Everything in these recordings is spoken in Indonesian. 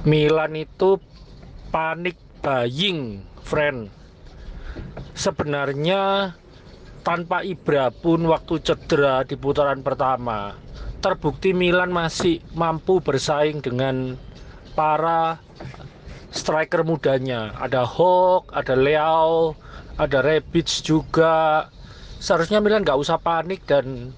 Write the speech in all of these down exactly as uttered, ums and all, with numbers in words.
Milan itu panik buying, friend. Sebenarnya tanpa Ibra pun waktu cedera di putaran pertama, terbukti Milan masih mampu bersaing dengan para striker mudanya. Ada Hawk, ada Leao, ada Rebic juga. Seharusnya Milan nggak usah panik dan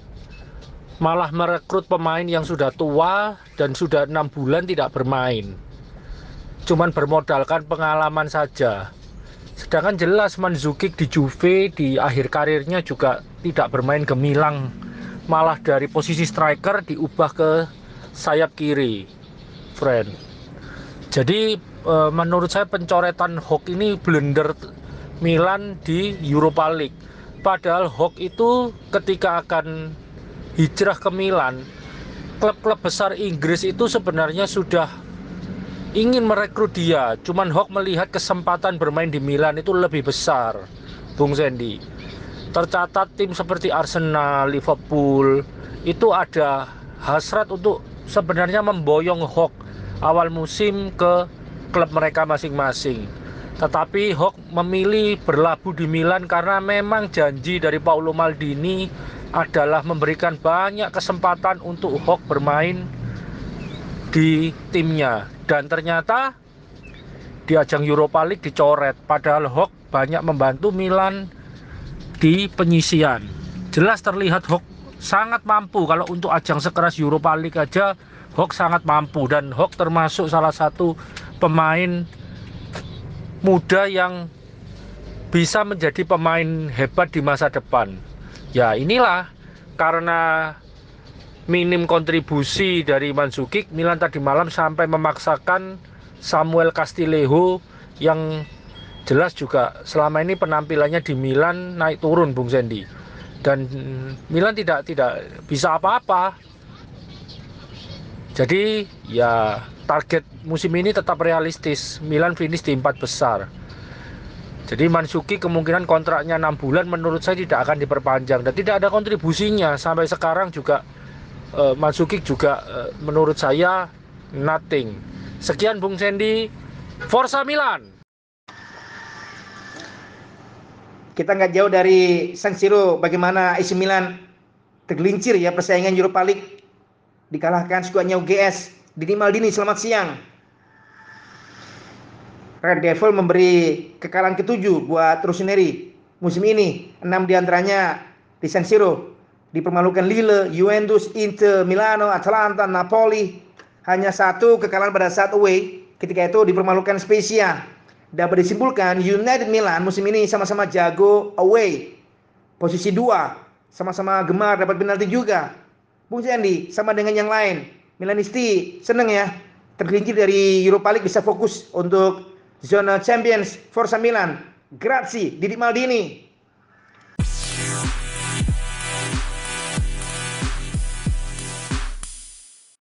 malah merekrut pemain yang sudah tua dan sudah enam bulan tidak bermain, cuman bermodalkan pengalaman saja. Sedangkan jelas Mandzukic di Juve di akhir karirnya juga tidak bermain gemilang, malah dari posisi striker diubah ke sayap kiri, friend. Jadi e, menurut saya pencoretan Hawk ini blunder Milan di Europa League. Padahal Hawk itu ketika akan hijrah ke Milan, klub-klub besar Inggris itu sebenarnya sudah ingin merekrut dia. Cuman Hawk melihat kesempatan bermain di Milan itu lebih besar, Bung Sandy. Tercatat tim seperti Arsenal, Liverpool itu ada hasrat untuk sebenarnya memboyong Hawk awal musim ke klub mereka masing-masing. Tetapi Hawk memilih berlabuh di Milan karena memang janji dari Paolo Maldini adalah memberikan banyak kesempatan untuk Hawk bermain di timnya. Dan ternyata di ajang Europa League dicoret, padahal Hawk banyak membantu Milan di penyisian. Jelas terlihat Hawk sangat mampu. Kalau untuk ajang sekeras Europa League aja Hawk sangat mampu, dan Hawk termasuk salah satu pemain muda yang bisa menjadi pemain hebat di masa depan. Ya inilah, karena minim kontribusi dari Mandzukic, Milan tadi malam sampai memaksakan Samuel Castillejo yang jelas juga selama ini penampilannya di Milan naik turun, Bung Sandy. Dan Milan tidak tidak bisa apa-apa. Jadi ya target musim ini tetap realistis, Milan finish di empat besar. Jadi Mandzukic kemungkinan kontraknya enam bulan menurut saya tidak akan diperpanjang dan tidak ada kontribusinya sampai sekarang juga. uh, Mandzukic juga uh, menurut saya nothing. Sekian Bung Sandy, Forza Milan. Kita nggak jauh dari San Siro, bagaimana A C Milan tergelincir ya persaingan Europa League, dikalahkan skuadnya U G S. Didi Maldini, selamat siang. Red Devil memberi kekalahan ketujuh buat Rossoneri musim ini, enam diantaranya di San Siro. Dipermalukan Lille, Juventus, Inter, Milano, Atalanta, Napoli. Hanya satu kekalahan pada saat away, ketika itu dipermalukan Spezia. Dapat disimpulkan United Milan musim ini sama-sama jago away. Posisi dua, sama-sama gemar dapat penalti juga. Bung Sandy, sama dengan yang lain, Milanisti seneng ya tergelincir dari Europa League, bisa fokus untuk zona Champions. Forza Milan, grazie Didi Maldini.